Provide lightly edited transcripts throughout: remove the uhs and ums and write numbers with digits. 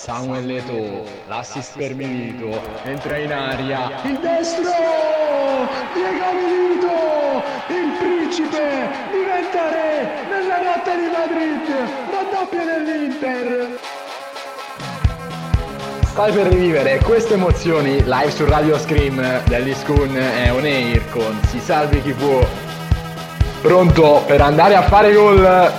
Samuel Eto'o, l'assist per Milito, entra in aria, il destro, Diego Milito, il principe diventa re nella notte di Madrid, raddoppia dell'Inter. Stai per rivivere queste emozioni live su Radio Scream degli Scun e On Air con Si Salvi Chi Può. Pronto per andare a fare gol?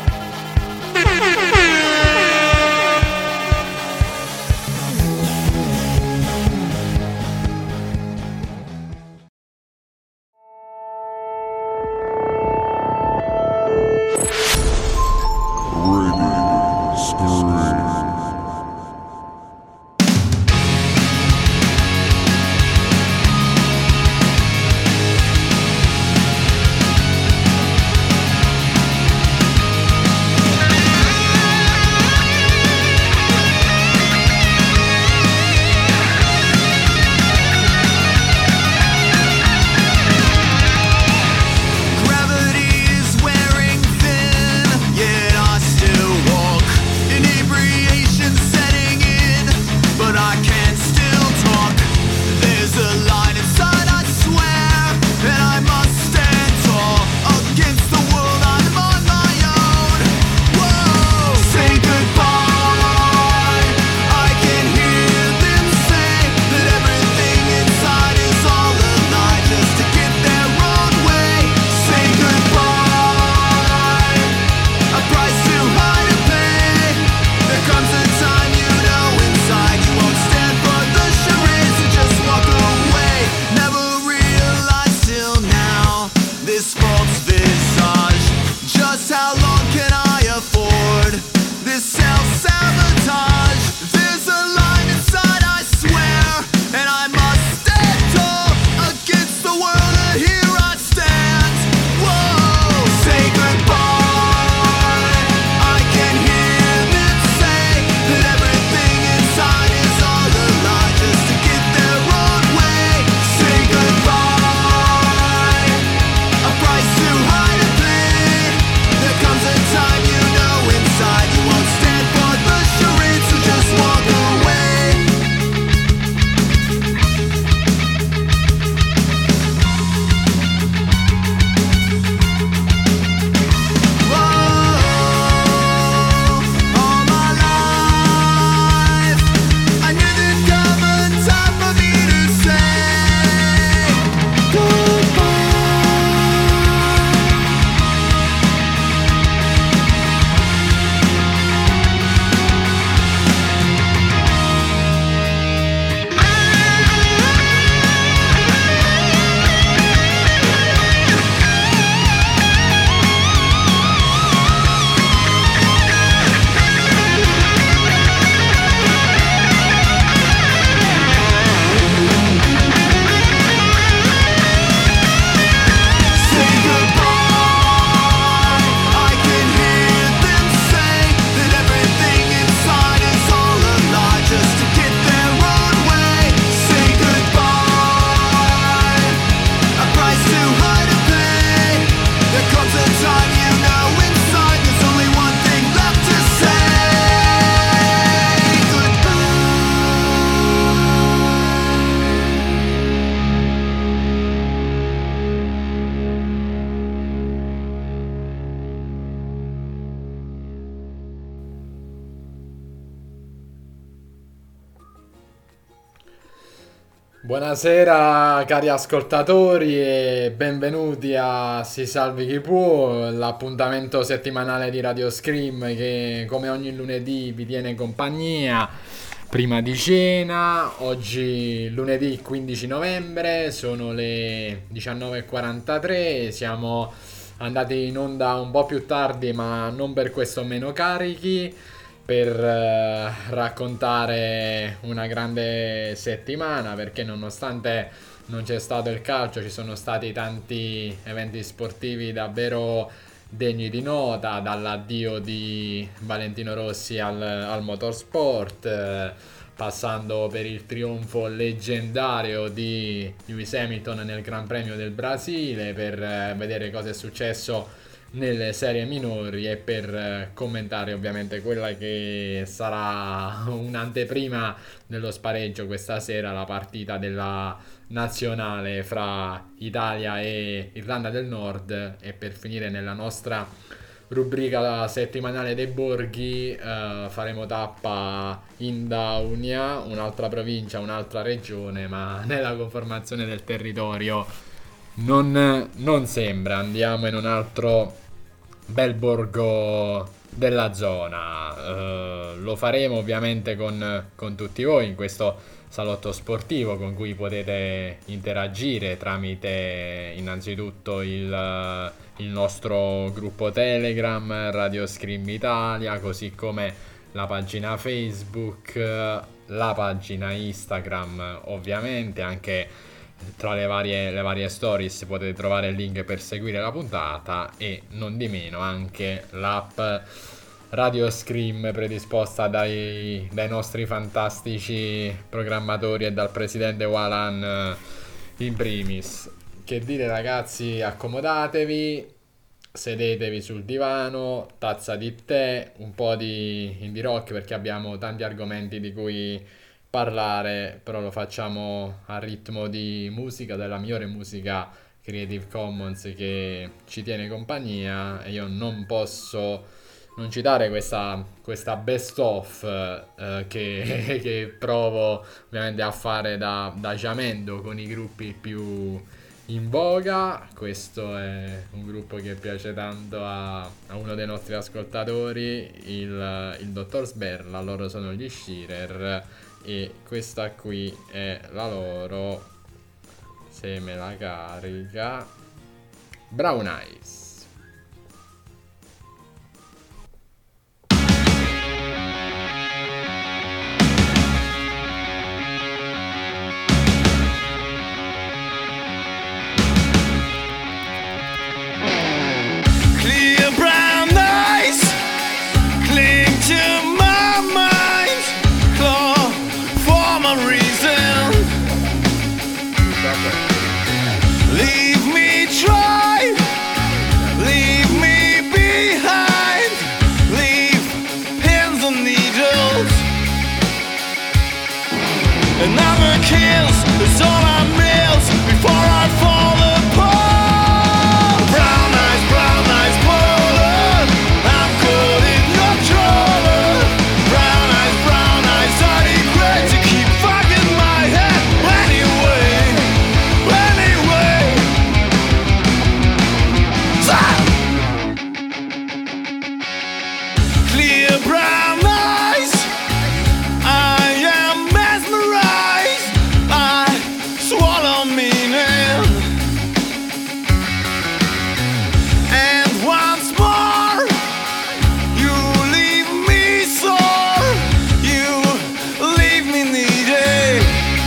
Buonasera cari ascoltatori e benvenuti a Si Salvi Chi Può, l'appuntamento settimanale di Radio Scream che come ogni lunedì vi tiene compagnia prima di cena. Oggi lunedì 15 novembre, sono le 19:43, siamo andati in onda un po' più tardi ma non per questo meno carichi, per raccontare una grande settimana, perché nonostante non c'è stato il calcio ci sono stati tanti eventi sportivi davvero degni di nota, dall'addio di Valentino Rossi al motorsport, passando per il trionfo leggendario di Lewis Hamilton nel Gran Premio del Brasile, per vedere cosa è successo nelle serie minori e per commentare ovviamente quella che sarà un'anteprima dello spareggio questa sera, la partita della nazionale fra Italia e Irlanda del Nord, e per finire nella nostra rubrica settimanale dei borghi faremo tappa in Daunia, un'altra provincia, un'altra regione, ma nella conformazione del territorio non sembra. Andiamo in un altro bel borgo della zona. Lo faremo ovviamente con tutti voi in questo salotto sportivo con cui potete interagire tramite innanzitutto il nostro gruppo Telegram Radio Scream Italia, così come la pagina Facebook, la pagina Instagram, ovviamente anche tra le varie stories potete trovare il link per seguire la puntata, e non di meno anche l'app Radio Scream predisposta dai nostri fantastici programmatori e dal presidente Walan in primis. Che dire ragazzi, accomodatevi, sedetevi sul divano, tazza di tè, un po' di indie rock perché abbiamo tanti argomenti di cui parlare, però lo facciamo a ritmo di musica, della migliore musica Creative Commons che ci tiene compagnia, e io non posso non citare questa best of che provo ovviamente a fare da Jamendo con i gruppi più in voga. Questo è un gruppo che piace tanto a uno dei nostri ascoltatori, il dottor Sberla. Loro sono gli Shearer e questa qui è la loro, se me la carica, Brown Eyes. Another kiss is all I miss before I fall apart. Brown eyes, polar. I'm caught in your trawler. Brown eyes, are you great to keep fucking my head? Anyway. Clear brown eyes, I am mesmerized. I swallow meaning, and once more you leave me sore. You leave me needing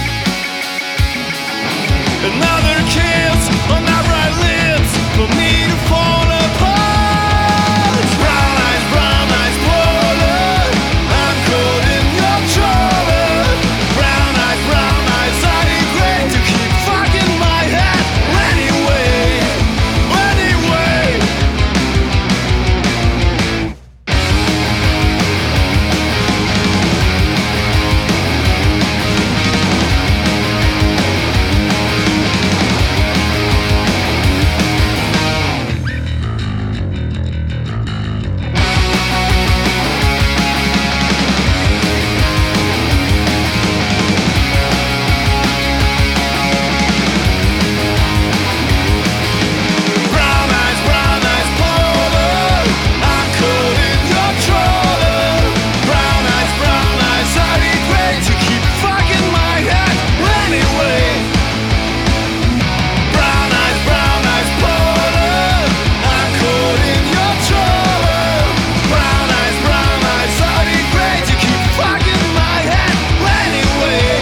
another kiss on our right lips for me to fall apart. Brown eyes, polar. I'm caught in your trawler. Brown eyes, are you great to keep fucking my head? Anyway. Brown eyes, polar. I'm caught in your trawler. Brown eyes, are you great to keep fucking my head? Anyway. Brown eyes, polar. I'm caught in your trawler. Brown eyes, are you great to keep fucking my head? Anyway.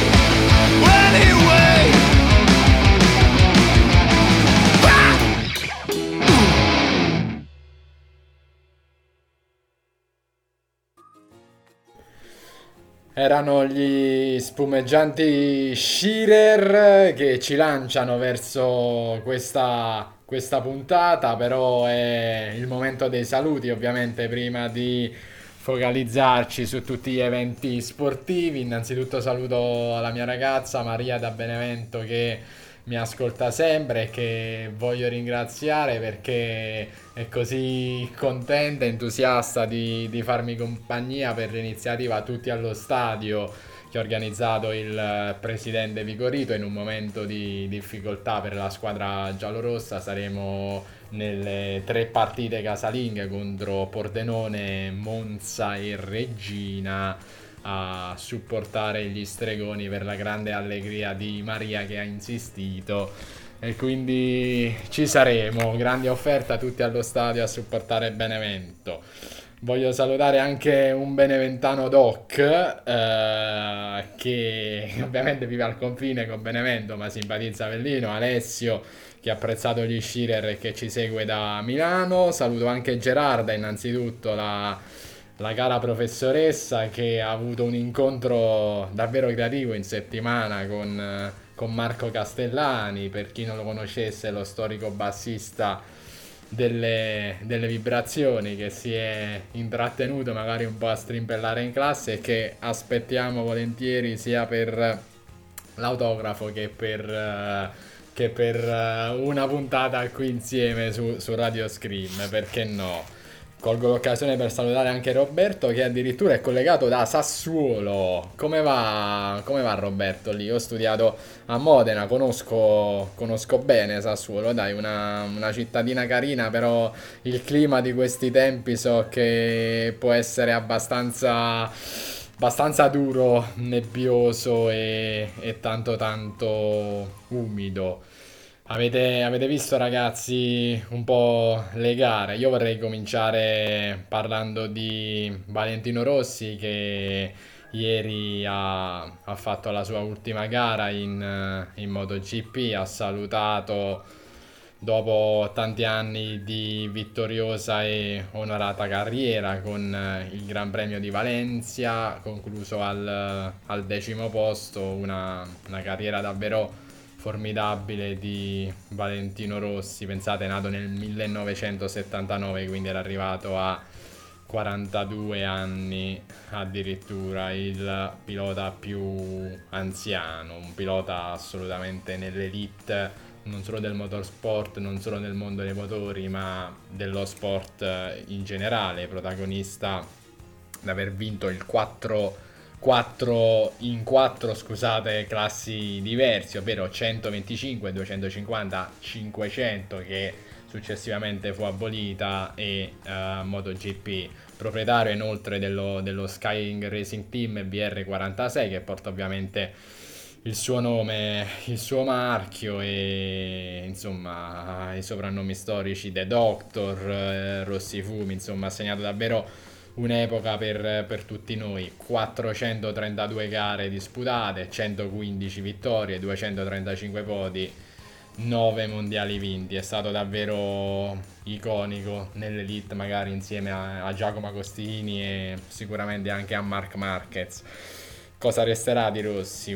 Erano gli spumeggianti Shearer che ci lanciano verso questa puntata, però è il momento dei saluti, ovviamente, prima di focalizzarci su tutti gli eventi sportivi. Innanzitutto saluto la mia ragazza Maria da Benevento che mi ascolta sempre e che voglio ringraziare perché è così contenta, entusiasta di farmi compagnia per l'iniziativa Tutti allo Stadio che ha organizzato il presidente Vigorito in un momento di difficoltà per la squadra giallorossa. Saremo nelle 3 partite casalinghe contro Pordenone, Monza e Reggina a supportare gli stregoni per la grande allegria di Maria che ha insistito, e quindi ci saremo, grande offerta, tutti allo stadio a supportare Benevento. Voglio salutare anche un beneventano doc che ovviamente vive al confine con Benevento ma simpatizza Avellino, Alessio, che ha apprezzato gli Schirer e che ci segue da Milano. Saluto anche Gerarda, innanzitutto la cara professoressa che ha avuto un incontro davvero creativo in settimana con Marco Castellani. Per chi non lo conoscesse, è lo storico bassista delle vibrazioni, che si è intrattenuto magari un po' a strimpellare in classe e che aspettiamo volentieri sia per l'autografo che per una puntata qui insieme su Radio Scream, perché no? Colgo l'occasione per salutare anche Roberto che addirittura è collegato da Sassuolo. Come va Roberto lì? Io ho studiato a Modena, conosco bene Sassuolo, dai, una cittadina carina, però il clima di questi tempi so che può essere abbastanza duro, nebbioso e tanto umido. Avete visto ragazzi un po' le gare? Io vorrei cominciare parlando di Valentino Rossi che ieri ha fatto la sua ultima gara in MotoGP, ha salutato dopo tanti anni di vittoriosa e onorata carriera con il Gran Premio di Valencia, concluso al 10° posto, una carriera davvero formidabile di Valentino Rossi. Pensate, è nato nel 1979, quindi era arrivato a 42 anni addirittura, il pilota più anziano, un pilota assolutamente nell'elite non solo del motorsport, non solo nel mondo dei motori, ma dello sport in generale, protagonista d'aver vinto il 4 in 4, scusate, classi diversi, ovvero 125, 250, 500, che successivamente fu abolita, e MotoGP, proprietario inoltre dello Sky Racing Team BR46, che porta ovviamente il suo nome, il suo marchio e insomma i soprannomi storici The Doctor, Rossi Fumi, insomma ha segnato davvero un'epoca per tutti noi. 432 gare disputate, 115 vittorie, 235 podi, 9 mondiali vinti. È stato davvero iconico nell'elite, magari insieme a Giacomo Agostini e sicuramente anche a Marc Marquez. Cosa resterà di Rossi?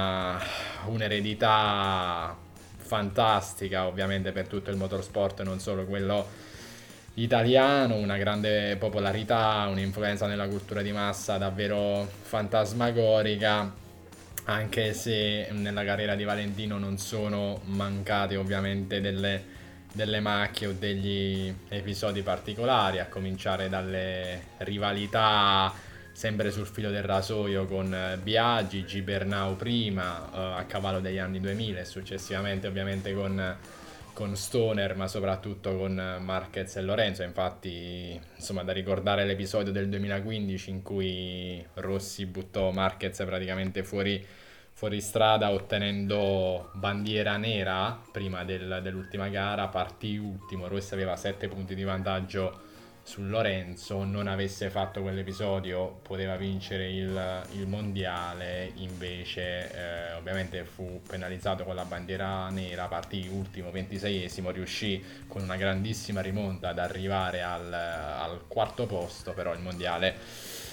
Un'eredità fantastica ovviamente per tutto il motorsport, non solo quello italiano, una grande popolarità, un'influenza nella cultura di massa davvero fantasmagorica, anche se nella carriera di Valentino non sono mancate ovviamente delle macchie o degli episodi particolari, a cominciare dalle rivalità sempre sul filo del rasoio con Biaggi, Gibernau prima, a cavallo degli anni 2000, e successivamente ovviamente con Stoner, ma soprattutto con Marquez e Lorenzo. Infatti, insomma, da ricordare l'episodio del 2015 in cui Rossi buttò Marquez praticamente fuori strada, ottenendo bandiera nera prima dell'ultima gara, partì ultimo. Rossi aveva 7 punti di vantaggio su Lorenzo, non avesse fatto quell'episodio poteva vincere il mondiale, invece ovviamente fu penalizzato con la bandiera nera, partì ultimo, 26esimo, riuscì con una grandissima rimonta ad arrivare al 4° posto, però il mondiale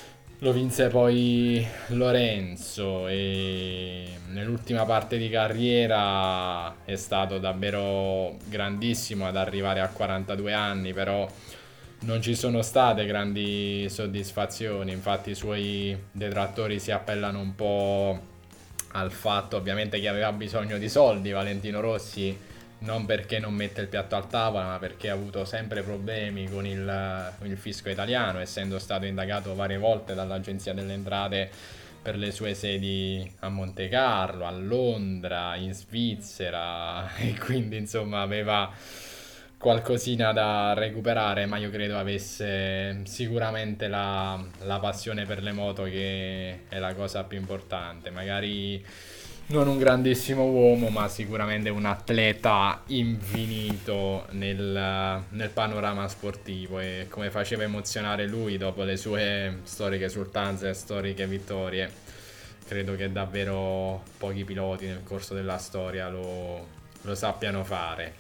lo vinse poi Lorenzo e nell'ultima parte di carriera è stato davvero grandissimo ad arrivare a 42 anni, però non ci sono state grandi soddisfazioni. Infatti i suoi detrattori si appellano un po' al fatto ovviamente che aveva bisogno di soldi Valentino Rossi, non perché non mette il piatto al tavolo, ma perché ha avuto sempre problemi con il fisco italiano, essendo stato indagato varie volte dall'Agenzia delle Entrate per le sue sedi a Monte Carlo, a Londra, in Svizzera, e quindi insomma aveva qualcosina da recuperare, ma io credo avesse sicuramente la passione per le moto, che è la cosa più importante. Magari non un grandissimo uomo, ma sicuramente un atleta infinito nel panorama sportivo, e come faceva emozionare lui dopo le sue storiche esultanze e storiche vittorie, credo che davvero pochi piloti nel corso della storia lo sappiano fare.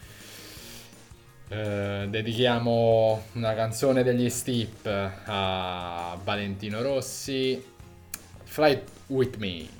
Dedichiamo una canzone degli Steep a Valentino Rossi, Fly With Me.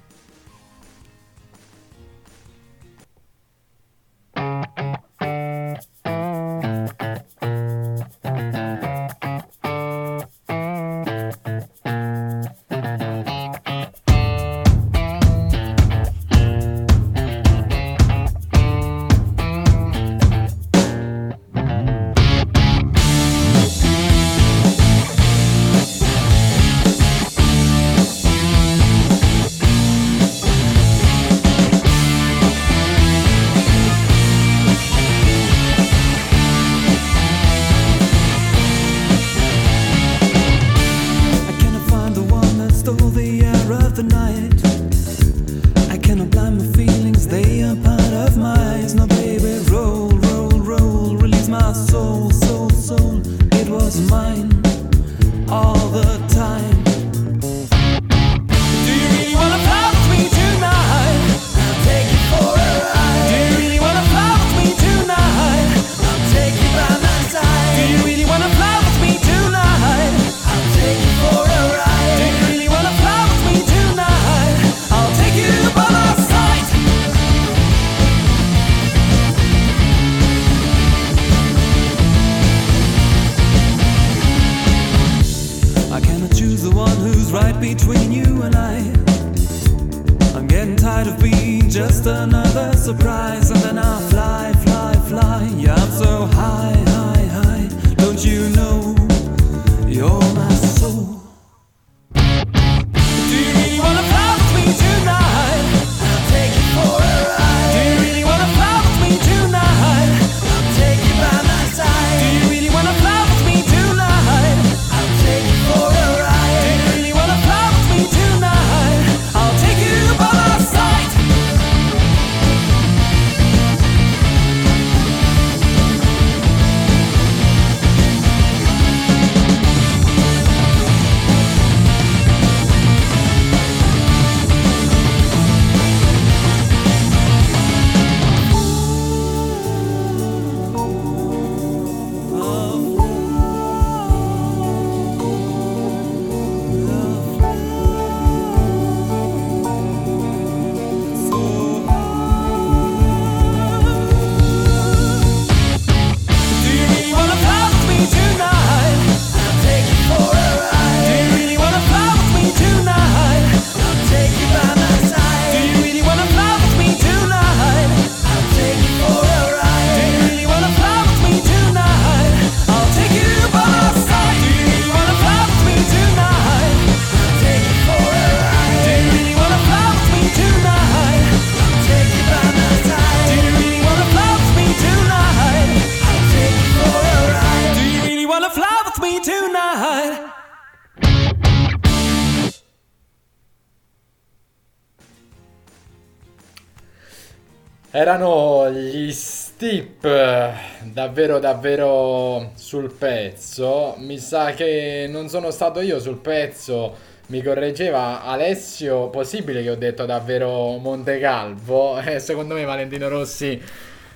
Erano gli Steep, davvero davvero sul pezzo. Mi sa che non sono stato io sul pezzo, mi correggeva Alessio. Possibile che ho detto davvero Montecalvo? Secondo me Valentino Rossi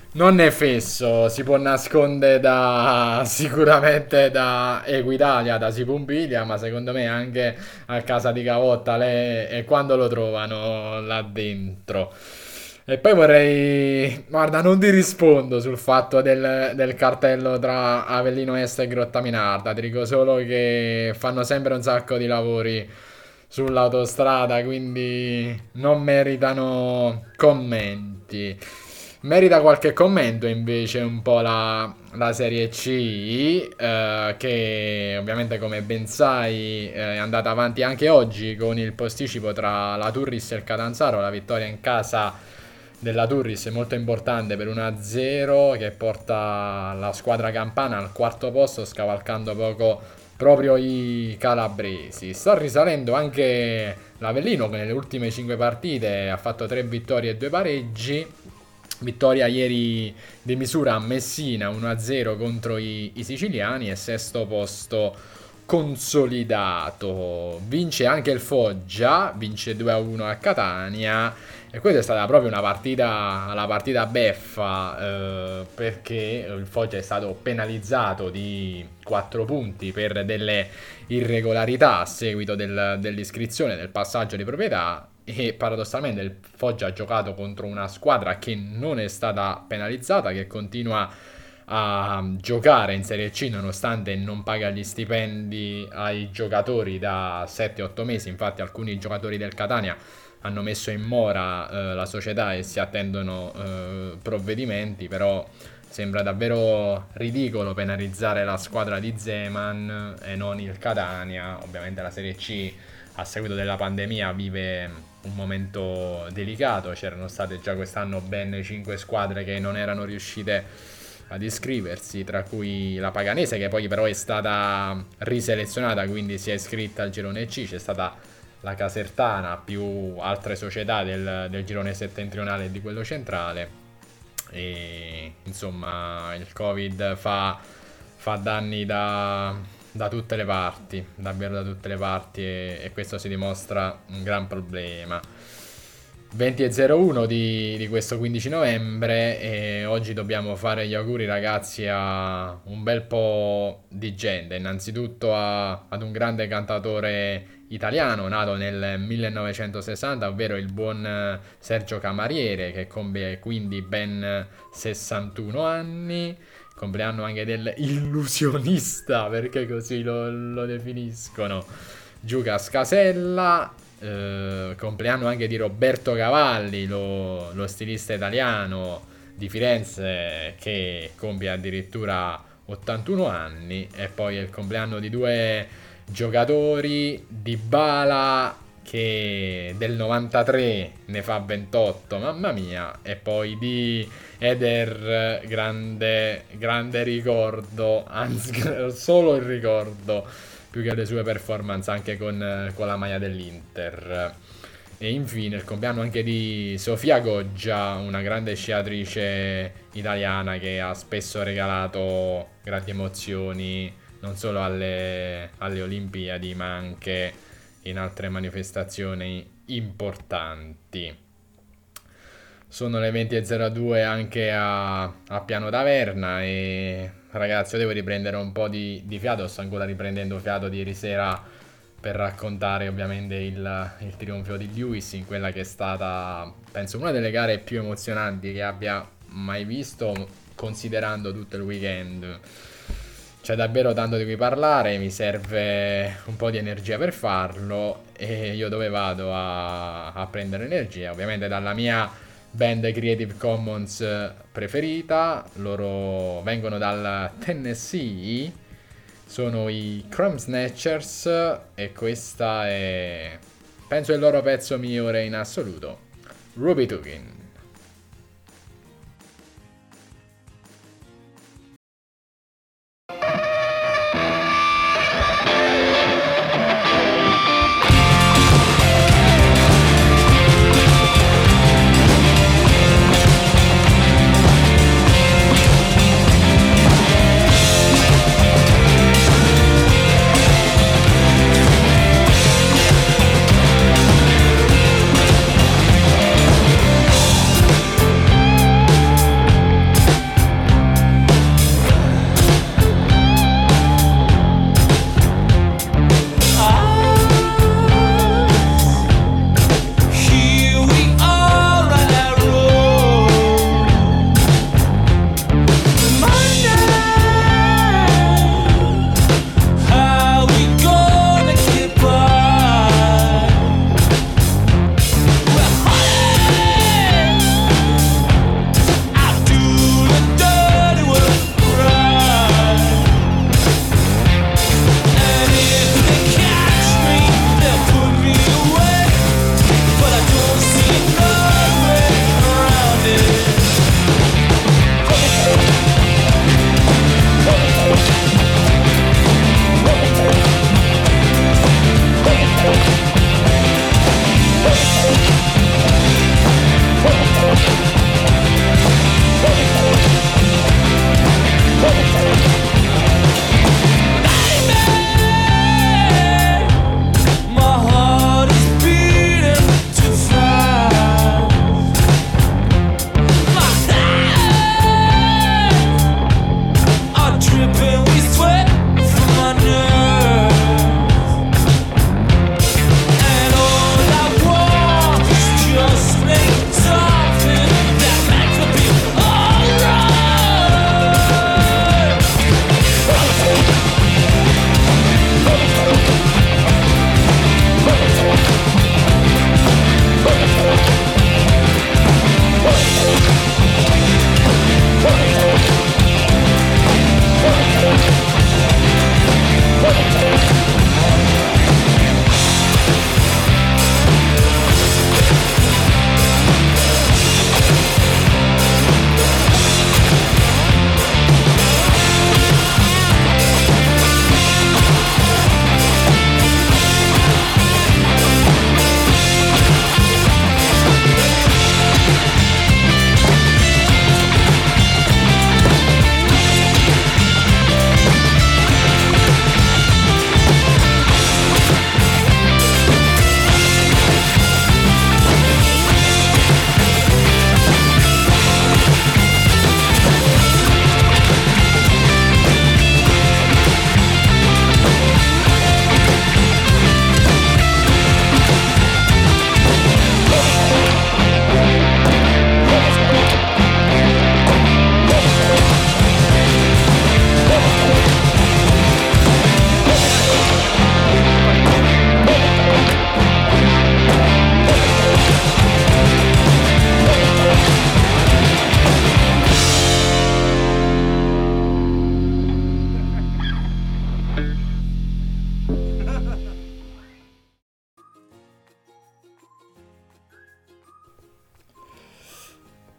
Non è fesso, si può nascondere sicuramente da Equitalia, da Sipumpilia, ma secondo me anche a casa di Cavotta e quando lo trovano là dentro. E poi guarda, non ti rispondo sul fatto del cartello tra Avellino Est e Grottaminarda, ti dico solo che fanno sempre un sacco di lavori sull'autostrada, quindi non meritano commenti. Merita qualche commento invece un po' la Serie C, che ovviamente come ben sai è andata avanti anche oggi con il posticipo tra la Turris e il Catanzaro, la vittoria in casa della Turris è molto importante per 1-0 che porta la squadra campana al quarto posto, scavalcando poco proprio i calabresi. Sta risalendo anche l'Avellino che nelle ultime 5 partite ha fatto 3 vittorie e 2 pareggi. Vittoria ieri di misura a Messina 1-0 contro i siciliani e sesto posto consolidato. Vince anche il Foggia, vince 2-1 a Catania e questa è stata proprio una partita, la partita beffa, perché il Foggia è stato penalizzato di 4 punti per delle irregolarità a seguito dell'iscrizione del passaggio di proprietà. E paradossalmente il Foggia ha giocato contro una squadra che non è stata penalizzata, che continua a giocare in Serie C nonostante non paga gli stipendi ai giocatori da 7-8 mesi. Infatti alcuni giocatori del Catania hanno messo in mora la società e si attendono provvedimenti, però sembra davvero ridicolo penalizzare la squadra di Zeman e non il Catania. Ovviamente la Serie C a seguito della pandemia vive un momento delicato, c'erano state già quest'anno ben 5 squadre che non erano riuscite ad iscriversi, tra cui la Paganese che poi però è stata riselezionata, quindi si è iscritta al girone C, c'è stata la Casertana più altre società del girone settentrionale e di quello centrale e insomma il Covid fa danni da tutte le parti, davvero da tutte le parti e questo si dimostra un gran problema. 20:01 di questo 15 novembre e oggi dobbiamo fare gli auguri ragazzi a un bel po' di gente, innanzitutto ad un grande cantatore italiano nato nel 1960, ovvero il buon Sergio Camariere che compie quindi ben 61 anni. Compleanno anche del illusionista, perché così lo definiscono, Giuca Scasella. Compleanno anche di Roberto Cavalli, lo stilista italiano di Firenze che compie addirittura 81 anni. E poi è il compleanno di 2 giocatori, Dybala che del 93 ne fa 28, mamma mia, e poi di Eder, grande ricordo, anzi solo il ricordo più che le sue performance anche con la maglia dell'Inter. E infine il compleanno anche di Sofia Goggia, una grande sciatrice italiana che ha spesso regalato grandi emozioni non solo alle Olimpiadi ma anche in altre manifestazioni importanti. Sono le 20:02 anche a Piano Taverna e ragazzi io devo riprendere un po' di fiato, sto ancora riprendendo fiato di ieri sera per raccontare ovviamente il trionfo di Lewis in quella che è stata penso una delle gare più emozionanti che abbia mai visto considerando tutto il weekend. C'è davvero tanto di cui parlare, mi serve un po' di energia per farlo e io dove vado a prendere energia? Ovviamente dalla mia band Creative Commons preferita, loro vengono dal Tennessee, sono i Crumb Snatchers e questa è penso il loro pezzo migliore in assoluto, Ruby Tukin.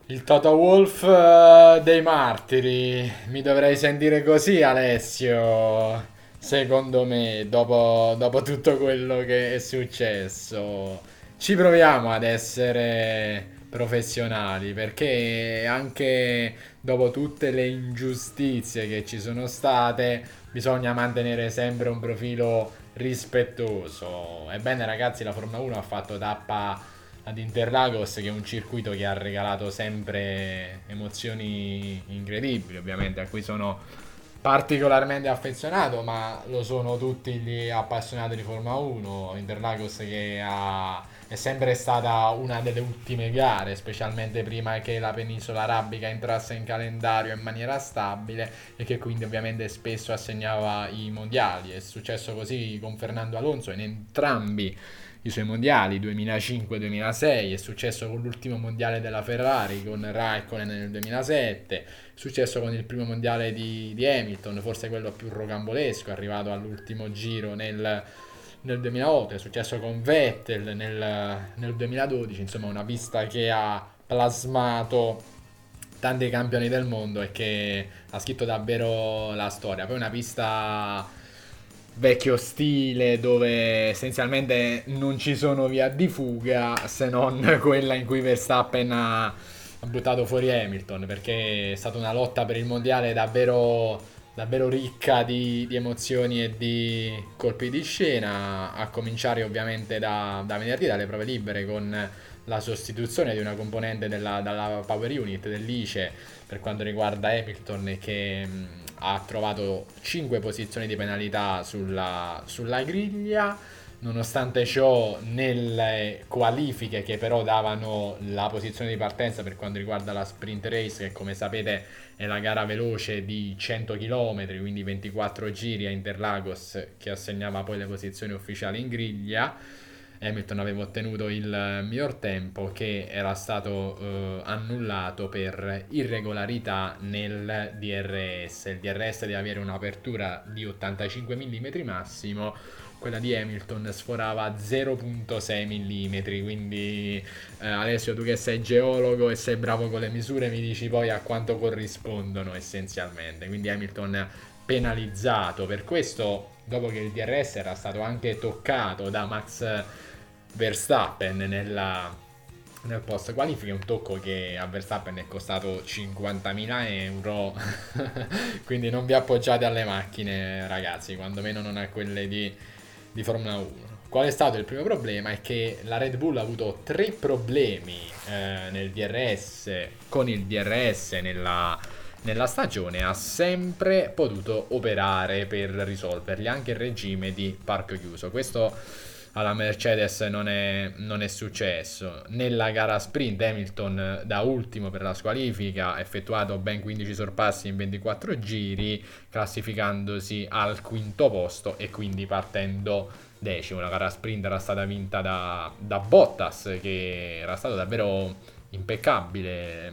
Il Toto Wolff dei martiri, mi dovrei sentire così Alessio, secondo me, dopo tutto quello che è successo. Ci proviamo ad essere professionali perché anche dopo tutte le ingiustizie che ci sono state, bisogna mantenere sempre un profilo rispettoso. Ebbene ragazzi, la Formula 1 ha fatto tappa ad Interlagos, che è un circuito che ha regalato sempre emozioni incredibili, ovviamente, a cui sono particolarmente affezionato, ma lo sono tutti gli appassionati di Formula 1. Interlagos è sempre stata una delle ultime gare, specialmente prima che la penisola arabica entrasse in calendario in maniera stabile e che quindi ovviamente spesso assegnava i mondiali. È successo così con Fernando Alonso in entrambi i suoi mondiali 2005-2006, è successo con l'ultimo mondiale della Ferrari con Raikkonen nel 2007, è successo con il primo mondiale di Hamilton, forse quello più rocambolesco, arrivato all'ultimo giro nel 2008, è successo con Vettel nel 2012, insomma una pista che ha plasmato tanti campioni del mondo e che ha scritto davvero la storia. Poi una pista vecchio stile dove essenzialmente non ci sono via di fuga se non quella in cui Verstappen ha buttato fuori Hamilton, perché è stata una lotta per il mondiale davvero ricca di emozioni e di colpi di scena, a cominciare ovviamente da venerdì, dalle prove libere, con la sostituzione di una componente dalla Power Unit dell'ICE per quanto riguarda Hamilton, che ha trovato 5 posizioni di penalità sulla griglia. Nonostante ciò, nelle qualifiche, che però davano la posizione di partenza per quanto riguarda la sprint race, che come sapete è la gara veloce di 100 km, quindi 24 giri a Interlagos, che assegnava poi le posizioni ufficiali in griglia, Hamilton aveva ottenuto il miglior tempo, che era stato annullato per irregolarità nel DRS. Il DRS deve avere un'apertura di 85 mm massimo, quella di Hamilton sforava 0,6 mm, quindi Alessio, tu che sei geologo e sei bravo con le misure, mi dici poi a quanto corrispondono essenzialmente. Quindi Hamilton penalizzato per questo, dopo che il DRS era stato anche toccato da Max Verstappen nel post qualifica, un tocco che a Verstappen è costato 50.000 euro. Quindi non vi appoggiate alle macchine ragazzi, quando meno non a quelle di Formula 1. Qual è stato il primo problema? È che la Red Bull ha avuto 3 problemi nel DRS, con il DRS nella stagione, ha sempre potuto operare per risolverli, anche in regime di parco chiuso. Questo alla Mercedes non è successo. Nella gara sprint Hamilton da ultimo per la squalifica ha effettuato ben 15 sorpassi in 24 giri, classificandosi al quinto posto e quindi partendo decimo. La gara sprint era stata vinta da Bottas, che era stato davvero impeccabile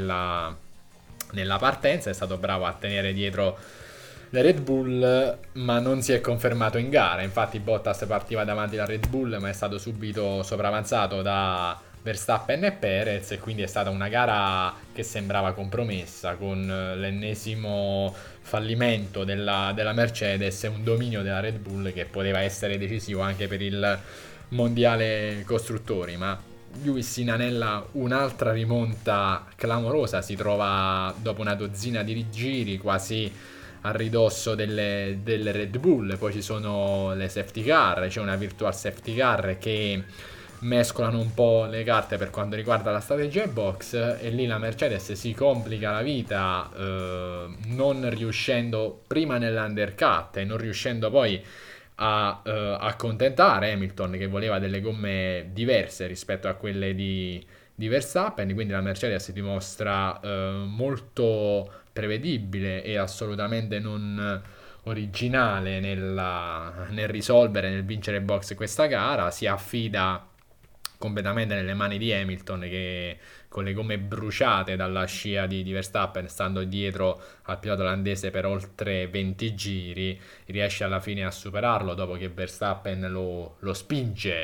nella partenza, è stato bravo a tenere dietro le Red Bull, ma non si è confermato in gara. Infatti Bottas partiva davanti alla Red Bull, ma è stato subito sopravanzato da Verstappen e Perez, e quindi è stata una gara che sembrava compromessa, con l'ennesimo fallimento della Mercedes e un dominio della Red Bull che poteva essere decisivo anche per il mondiale costruttori. Ma Lewis inanella un'altra rimonta clamorosa, si trova dopo una dozzina di giri quasi a ridosso delle Red Bull. Poi ci sono le safety car, c'è una virtual safety car che mescolano un po' le carte per quanto riguarda la strategia box, e lì la Mercedes si complica la vita non riuscendo prima nell'undercut e non riuscendo poi a accontentare Hamilton, che voleva delle gomme diverse rispetto a quelle di Verstappen. Quindi la Mercedes si dimostra molto prevedibile e assolutamente non originale nel risolvere, nel vincere box questa gara. Si affida completamente nelle mani di Hamilton, che con le gomme bruciate dalla scia di Verstappen, stando dietro al pilota olandese per oltre 20 giri, riesce alla fine a superarlo dopo che Verstappen lo spinge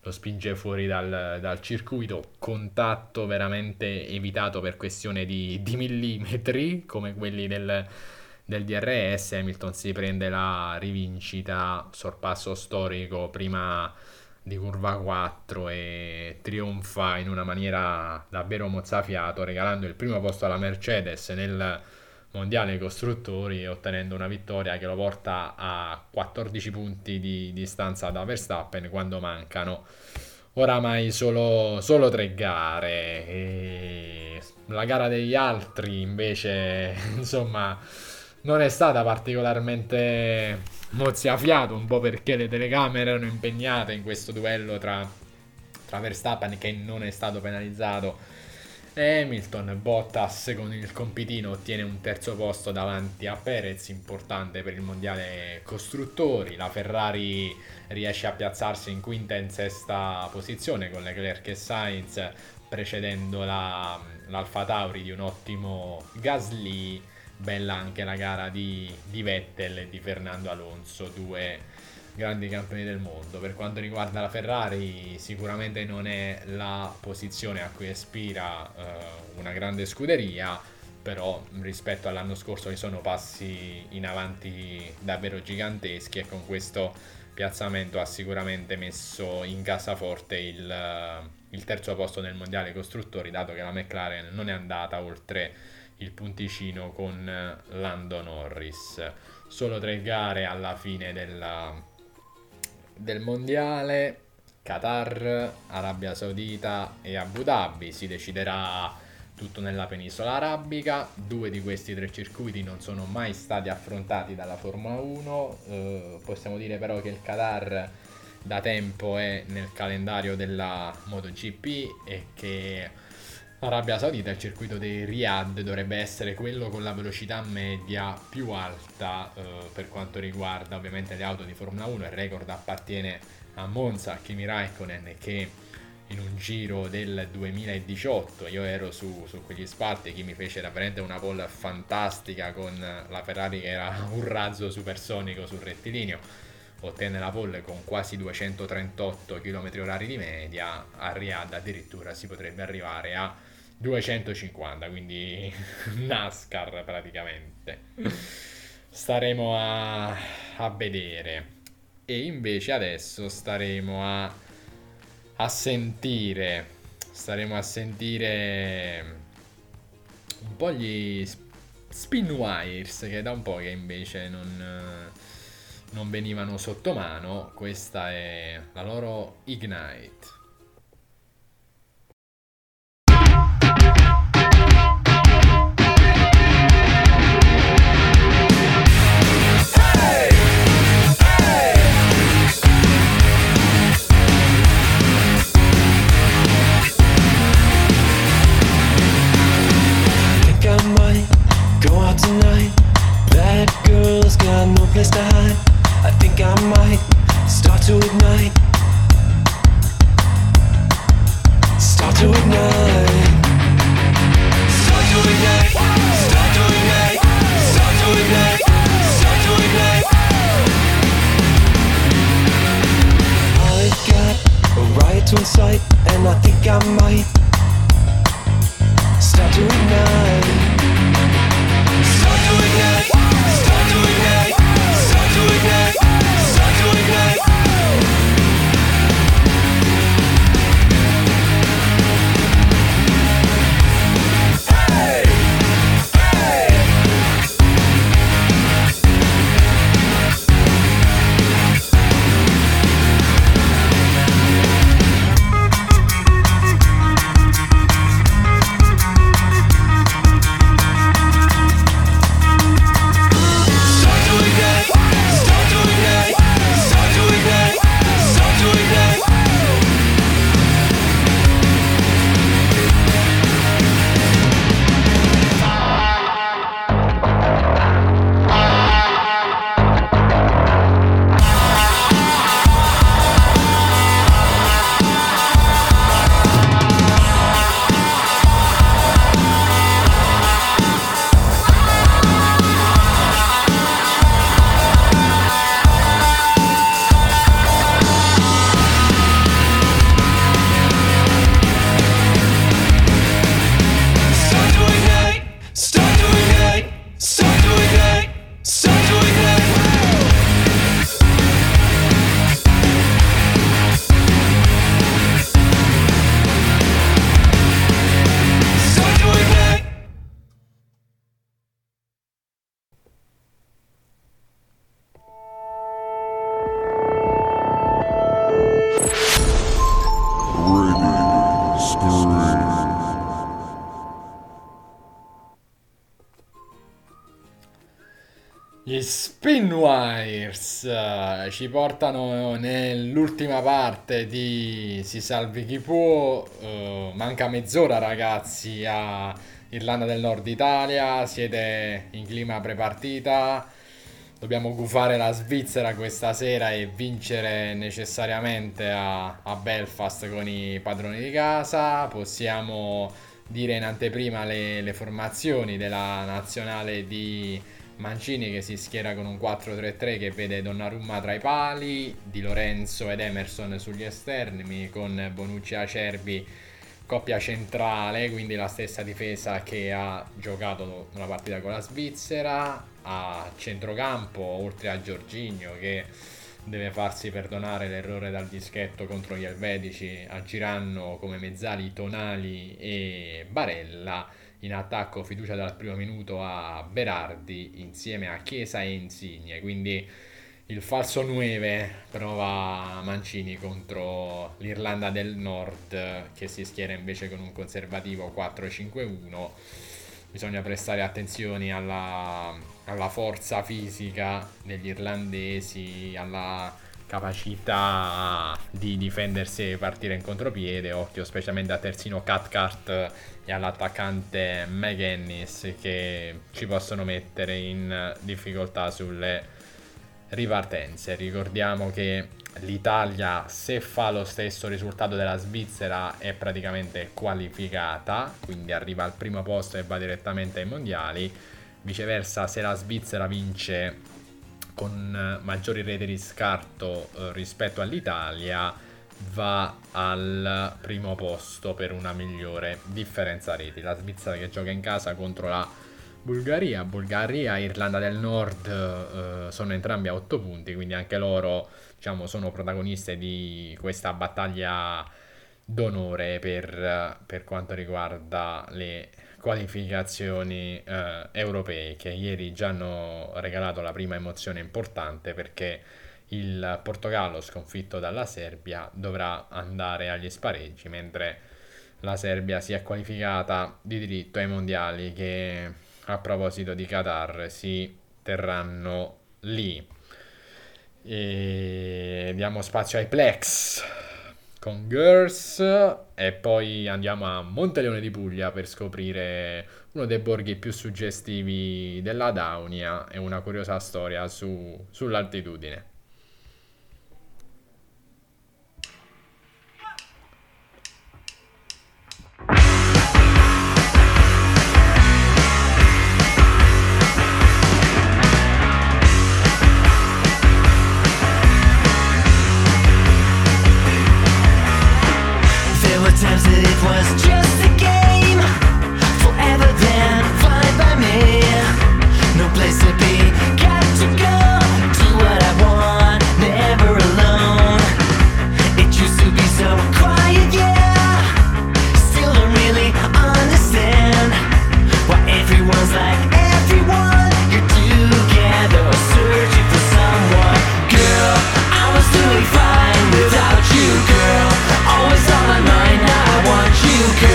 lo spinge fuori dal circuito. Contatto veramente evitato per questione di millimetri, come quelli del DRS. Hamilton si prende la rivincita, sorpasso storico prima di curva 4 e trionfa in una maniera davvero mozzafiato, regalando il primo posto alla Mercedes nel mondiale costruttori e ottenendo una vittoria che lo porta a 14 punti di distanza da Verstappen, quando mancano oramai solo 3 gare. E la gara degli altri invece insomma non è stata particolarmente mozzafiato, un po' perché le telecamere erano impegnate in questo duello tra Verstappen, che non è stato penalizzato, e Hamilton. Bottas con il compitino ottiene un terzo posto davanti a Perez, importante per il mondiale costruttori. La Ferrari riesce a piazzarsi in quinta e in sesta posizione con Leclerc e Sainz, precedendo l'Alfa Tauri di un ottimo Gasly. Bella anche la gara di Vettel e di Fernando Alonso, due grandi campioni del mondo. Per quanto riguarda la Ferrari, sicuramente non è la posizione a cui aspira una grande scuderia, però rispetto all'anno scorso ci sono passi in avanti davvero giganteschi, e con questo piazzamento ha sicuramente messo in cassaforte il terzo posto nel mondiale costruttori, dato che la McLaren non è andata oltre il punticino con Lando Norris. Solo 3 gare alla fine del mondiale: Qatar, Arabia Saudita e Abu Dhabi. Si deciderà tutto nella penisola arabica. 2 di questi 3 circuiti non sono mai stati affrontati dalla Formula 1. Possiamo dire però che il Qatar da tempo è nel calendario della MotoGP e che l'Arabia Saudita, il circuito dei Riyadh, dovrebbe essere quello con la velocità media più alta per quanto riguarda ovviamente le auto di Formula 1. Il record appartiene a Monza, a Kimi Raikkonen, che in un giro del 2018, io ero su quegli spalti, Kimi fece veramente una pole fantastica con la Ferrari che era un razzo supersonico sul rettilineo, ottenne la pole con quasi 238 km/h di media. A Riyadh addirittura si potrebbe arrivare a 250, quindi NASCAR praticamente. Staremo a vedere. E invece adesso staremo a sentire un po' gli spin wires, che da un po' che invece non venivano sotto mano. Questa è la loro Ignite. Tonight, that girl's got no place to hide. I think I might start to ignite. Start to ignite. Start to ignite. Start to ignite. Start to ignite. Start to ignite. I've got a riot to incite, and I think I might start to ignite. Start to ignite, start to ignite, start to ignite, start to ignite. Hey, hey. Spinwires ci portano nell'ultima parte di Si salvi chi può. Manca mezz'ora, ragazzi, a Irlanda del Nord Italia. Siete in clima prepartita. Dobbiamo gufare la Svizzera questa sera e vincere necessariamente a Belfast con i padroni di casa. Possiamo dire in anteprima le formazioni della nazionale di Mancini, che si schiera con un 4-3-3 che vede Donnarumma tra i pali, Di Lorenzo ed Emerson sugli esterni, con Bonucci e Acerbi coppia centrale, quindi la stessa difesa che ha giocato una partita con la Svizzera. A centrocampo, oltre a Jorginho che deve farsi perdonare l'errore dal dischetto contro gli elvetici, agiranno come mezzali Tonali e Barella. In attacco fiducia dal primo minuto a Berardi insieme a Chiesa e Insigne, quindi il falso 9 prova Mancini contro l'Irlanda del Nord, che si schiera invece con un conservativo 4-5-1. Bisogna prestare attenzione alla forza fisica degli irlandesi, alla capacità di difendersi e partire in contropiede. Occhio specialmente a terzino Cathcart e all'attaccante McGuinness, che ci possono mettere in difficoltà sulle ripartenze. Ricordiamo che l'Italia, se fa lo stesso risultato della Svizzera, è praticamente qualificata, quindi arriva al primo posto e va direttamente ai mondiali. Viceversa, se la Svizzera vince con maggiori reti di scarto rispetto all'Italia, va al primo posto per una migliore differenza reti. La Svizzera che gioca in casa contro la Bulgaria e Irlanda del Nord sono entrambi a 8 punti, quindi anche loro, diciamo, sono protagoniste di questa battaglia d'onore per quanto riguarda le qualificazioni europee, che ieri già hanno regalato la prima emozione importante, perché il Portogallo, sconfitto dalla Serbia, dovrà andare agli spareggi, mentre la Serbia si è qualificata di diritto ai mondiali, che a proposito di Qatar si terranno lì. E diamo spazio ai Plex con Girls e poi andiamo a Monteleone di Puglia per scoprire uno dei borghi più suggestivi della Daunia e una curiosa storia sull'altitudine. Times that it was just a game, forever then, fine by me. No place to be, got to go, do what I want, never alone. It used to be so quiet, yeah, still don't really understand why everyone's like everyone. You're together, searching for someone. Girl, I was doing fine without you, girl. Always on my mind, now I want you, girl.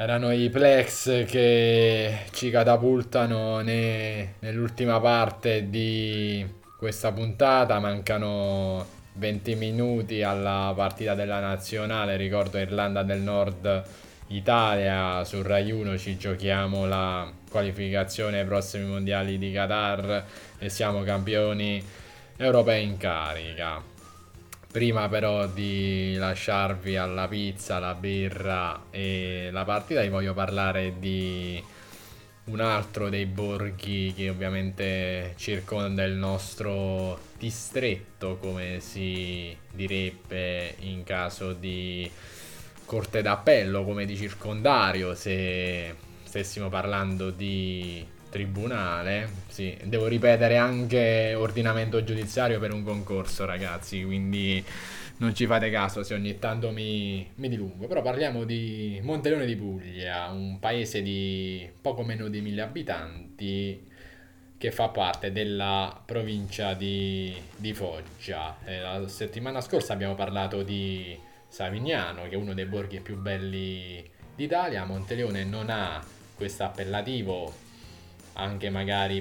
Erano i Plex che ci catapultano nell'ultima parte di questa puntata. Mancano 20 minuti alla partita della nazionale. Ricordo Irlanda del Nord Italia. Su Rai 1 ci giochiamo la qualificazione ai prossimi mondiali di Qatar e siamo campioni europei in carica. Prima però di lasciarvi alla pizza, la birra e la partita, vi voglio parlare di un altro dei borghi che ovviamente circonda il nostro distretto, come si direbbe in caso di corte d'appello, come di circondario, se stessimo parlando di tribunale. Sì, devo ripetere anche ordinamento giudiziario per un concorso, ragazzi, quindi non ci fate caso se ogni tanto mi dilungo. Però parliamo di Monteleone di Puglia, un paese di poco meno di 1000 abitanti che fa parte della provincia di Foggia. La settimana scorsa abbiamo parlato di Savignano, che è uno dei borghi più belli d'Italia. Monteleone non ha questo appellativo, anche magari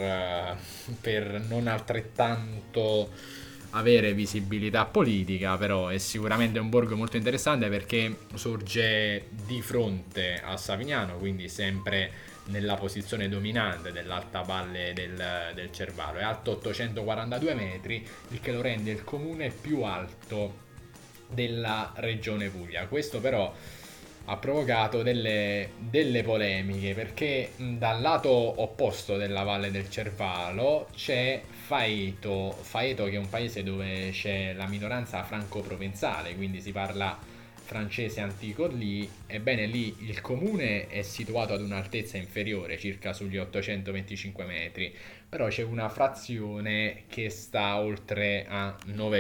per non altrettanto avere visibilità politica, però è sicuramente un borgo molto interessante perché sorge di fronte a Savignano, quindi sempre nella posizione dominante dell'alta valle del Cervalo. È alto 842 metri, il che lo rende il comune più alto della regione Puglia. Questo però ha provocato delle polemiche, perché dal lato opposto della Valle del Cervalo c'è Faeto, che è un paese dove c'è la minoranza franco-provenzale, quindi si parla francese antico lì. Ebbene, lì il comune è situato ad un'altezza inferiore, circa sugli 825 metri, però c'è una frazione che sta oltre a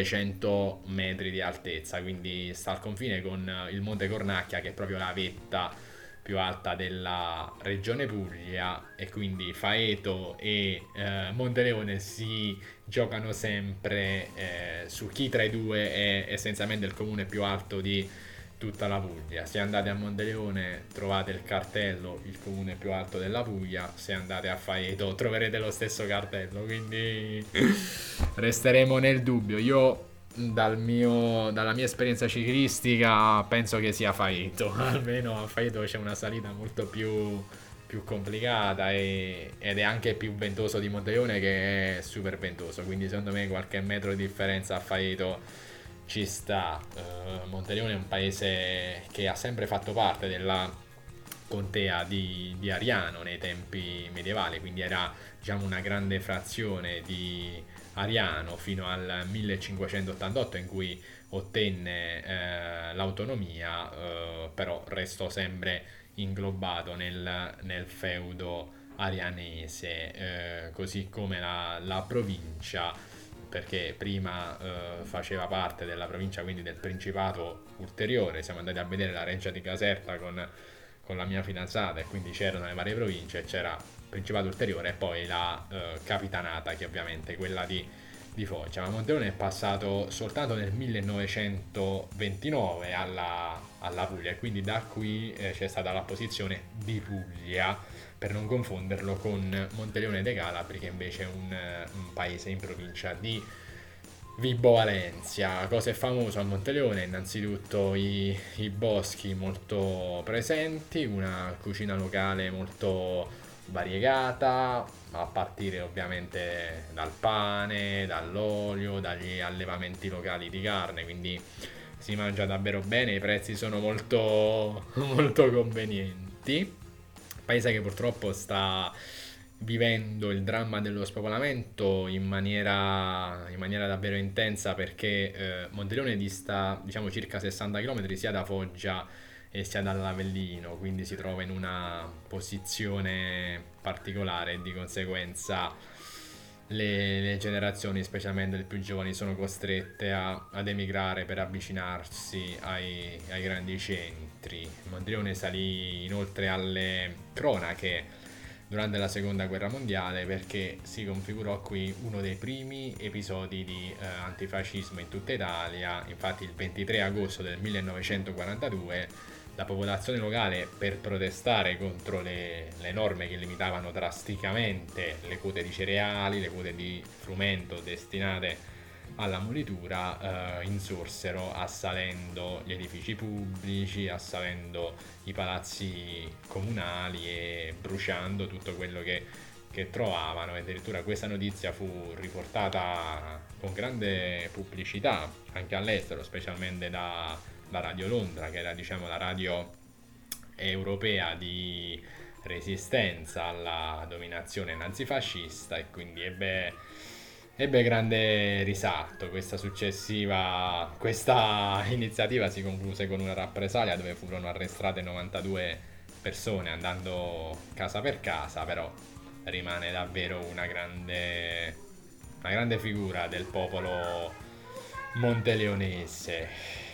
900 metri di altezza, quindi sta al confine con il Monte Cornacchia, che è proprio la vetta più alta della regione Puglia, e quindi Faeto e Monteleone si giocano sempre su chi tra i due è essenzialmente il comune più alto di tutta la Puglia. Se andate a Monteleone trovate il cartello, il comune più alto della Puglia; se andate a Faeto troverete lo stesso cartello, quindi resteremo nel dubbio. Io dalla mia esperienza ciclistica penso che sia Faeto. Almeno a Faeto c'è una salita molto più complicata ed è anche più ventoso di Monteleone, che è super ventoso, quindi secondo me qualche metro di differenza a Faeto ci sta. Monteleone è un paese che ha sempre fatto parte della contea di Ariano nei tempi medievali, quindi era, diciamo, una grande frazione di Ariano fino al 1588, in cui ottenne l'autonomia, però restò sempre inglobato nel feudo arianese, così come la provincia, perché prima faceva parte della provincia, quindi del Principato ulteriore. Siamo andati a vedere la Reggia di Caserta con la mia fidanzata, e quindi c'erano le varie province, c'era Principato ulteriore e poi la Capitanata, che ovviamente è quella di Foggia. Ma Monteleone è passato soltanto nel 1929 alla Puglia, e quindi da qui c'è stata l'apposizione di Puglia, per non confonderlo con Monteleone dei Calabri, che invece è un paese in provincia di Vibo Valentia. Cosa è famoso a Monteleone? Innanzitutto i boschi molto presenti, una cucina locale molto variegata, a partire ovviamente dal pane, dall'olio, dagli allevamenti locali di carne, quindi si mangia davvero bene, i prezzi sono molto, molto convenienti. Paese che purtroppo sta vivendo il dramma dello spopolamento in maniera davvero intensa, perché Monteleone dista, diciamo, circa 60 km sia da Foggia e sia dall'Avellino, quindi si trova in una posizione particolare, e di conseguenza le generazioni, specialmente le più giovani, sono costrette ad emigrare per avvicinarsi ai grandi centri. Monteleone salì inoltre alle cronache durante la seconda guerra mondiale, perché si configurò qui uno dei primi episodi di antifascismo in tutta Italia. Infatti il 23 agosto del 1942 la popolazione locale per protestare contro le norme che limitavano drasticamente le quote di cereali, le quote di frumento destinate alla molitura, insorsero assalendo gli edifici pubblici, assalendo i palazzi comunali e bruciando tutto quello che trovavano. E addirittura questa notizia fu riportata con grande pubblicità anche all'estero, specialmente da Radio Londra, che era, diciamo, la radio europea di resistenza alla dominazione nazifascista, e quindi ebbe grande risalto. Questa iniziativa si concluse con una rappresaglia dove furono arrestate 92 persone andando casa per casa, però rimane davvero una grande figura del popolo monteleonese.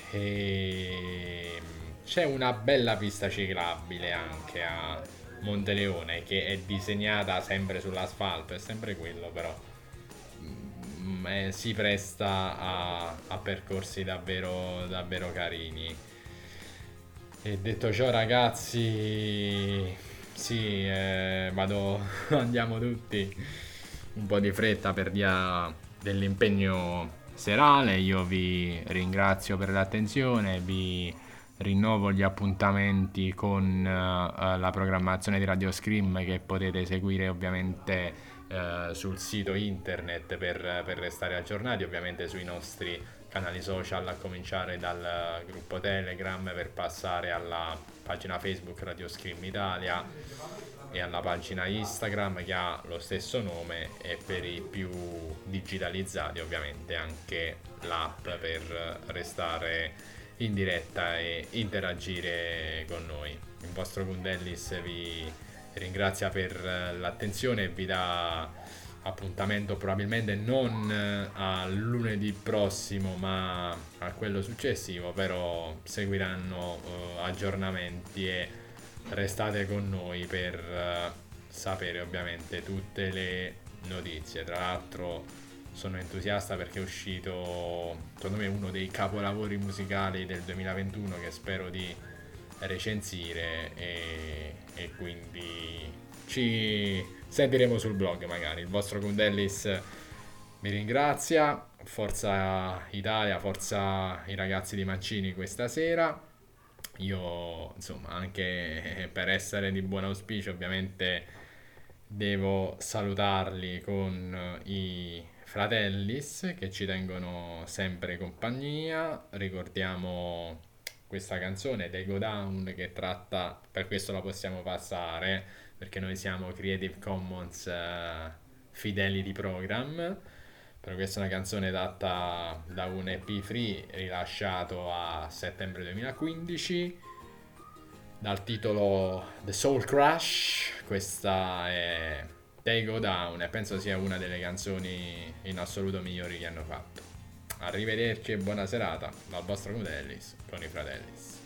E c'è una bella pista ciclabile anche a Monteleone, che è disegnata sempre sull'asfalto, è sempre quello, però si presta a percorsi davvero carini. E detto ciò, ragazzi, sì, andiamo tutti un po' di fretta per via dell'impegno serale. Io vi ringrazio per l'attenzione, vi rinnovo gli appuntamenti con la programmazione di Radio Scream, che potete seguire ovviamente sul sito internet per restare aggiornati, ovviamente sui nostri canali social, a cominciare dal gruppo Telegram per passare alla pagina Facebook Radio Scream Italia e alla pagina Instagram che ha lo stesso nome, e per i più digitalizzati ovviamente anche l'app per restare in diretta e interagire con noi. Il vostro Gundellis vi ringrazia per l'attenzione e vi dà appuntamento probabilmente non a lunedì prossimo ma a quello successivo, però seguiranno aggiornamenti e restate con noi per sapere ovviamente tutte le notizie. Tra l'altro sono entusiasta perché è uscito, secondo me, uno dei capolavori musicali del 2021 che spero di recensire, e quindi ci sentiremo sul blog magari. Il vostro Gundellis vi ringrazia. Forza Italia, forza i ragazzi di Mancini questa sera. Io, insomma, anche per essere di buon auspicio ovviamente devo salutarli con i Fratellis, che ci tengono sempre compagnia. Ricordiamo questa canzone They Go Down, che tratta, per questo la possiamo passare perché noi siamo Creative Commons Fidelity Program, però questa è una canzone tratta da un EP free rilasciato a settembre 2015 dal titolo The Soul Crush. Questa è They Go Down e penso sia una delle canzoni in assoluto migliori che hanno fatto. Arrivederci e buona serata dal vostro Gundellis con i Fratellis.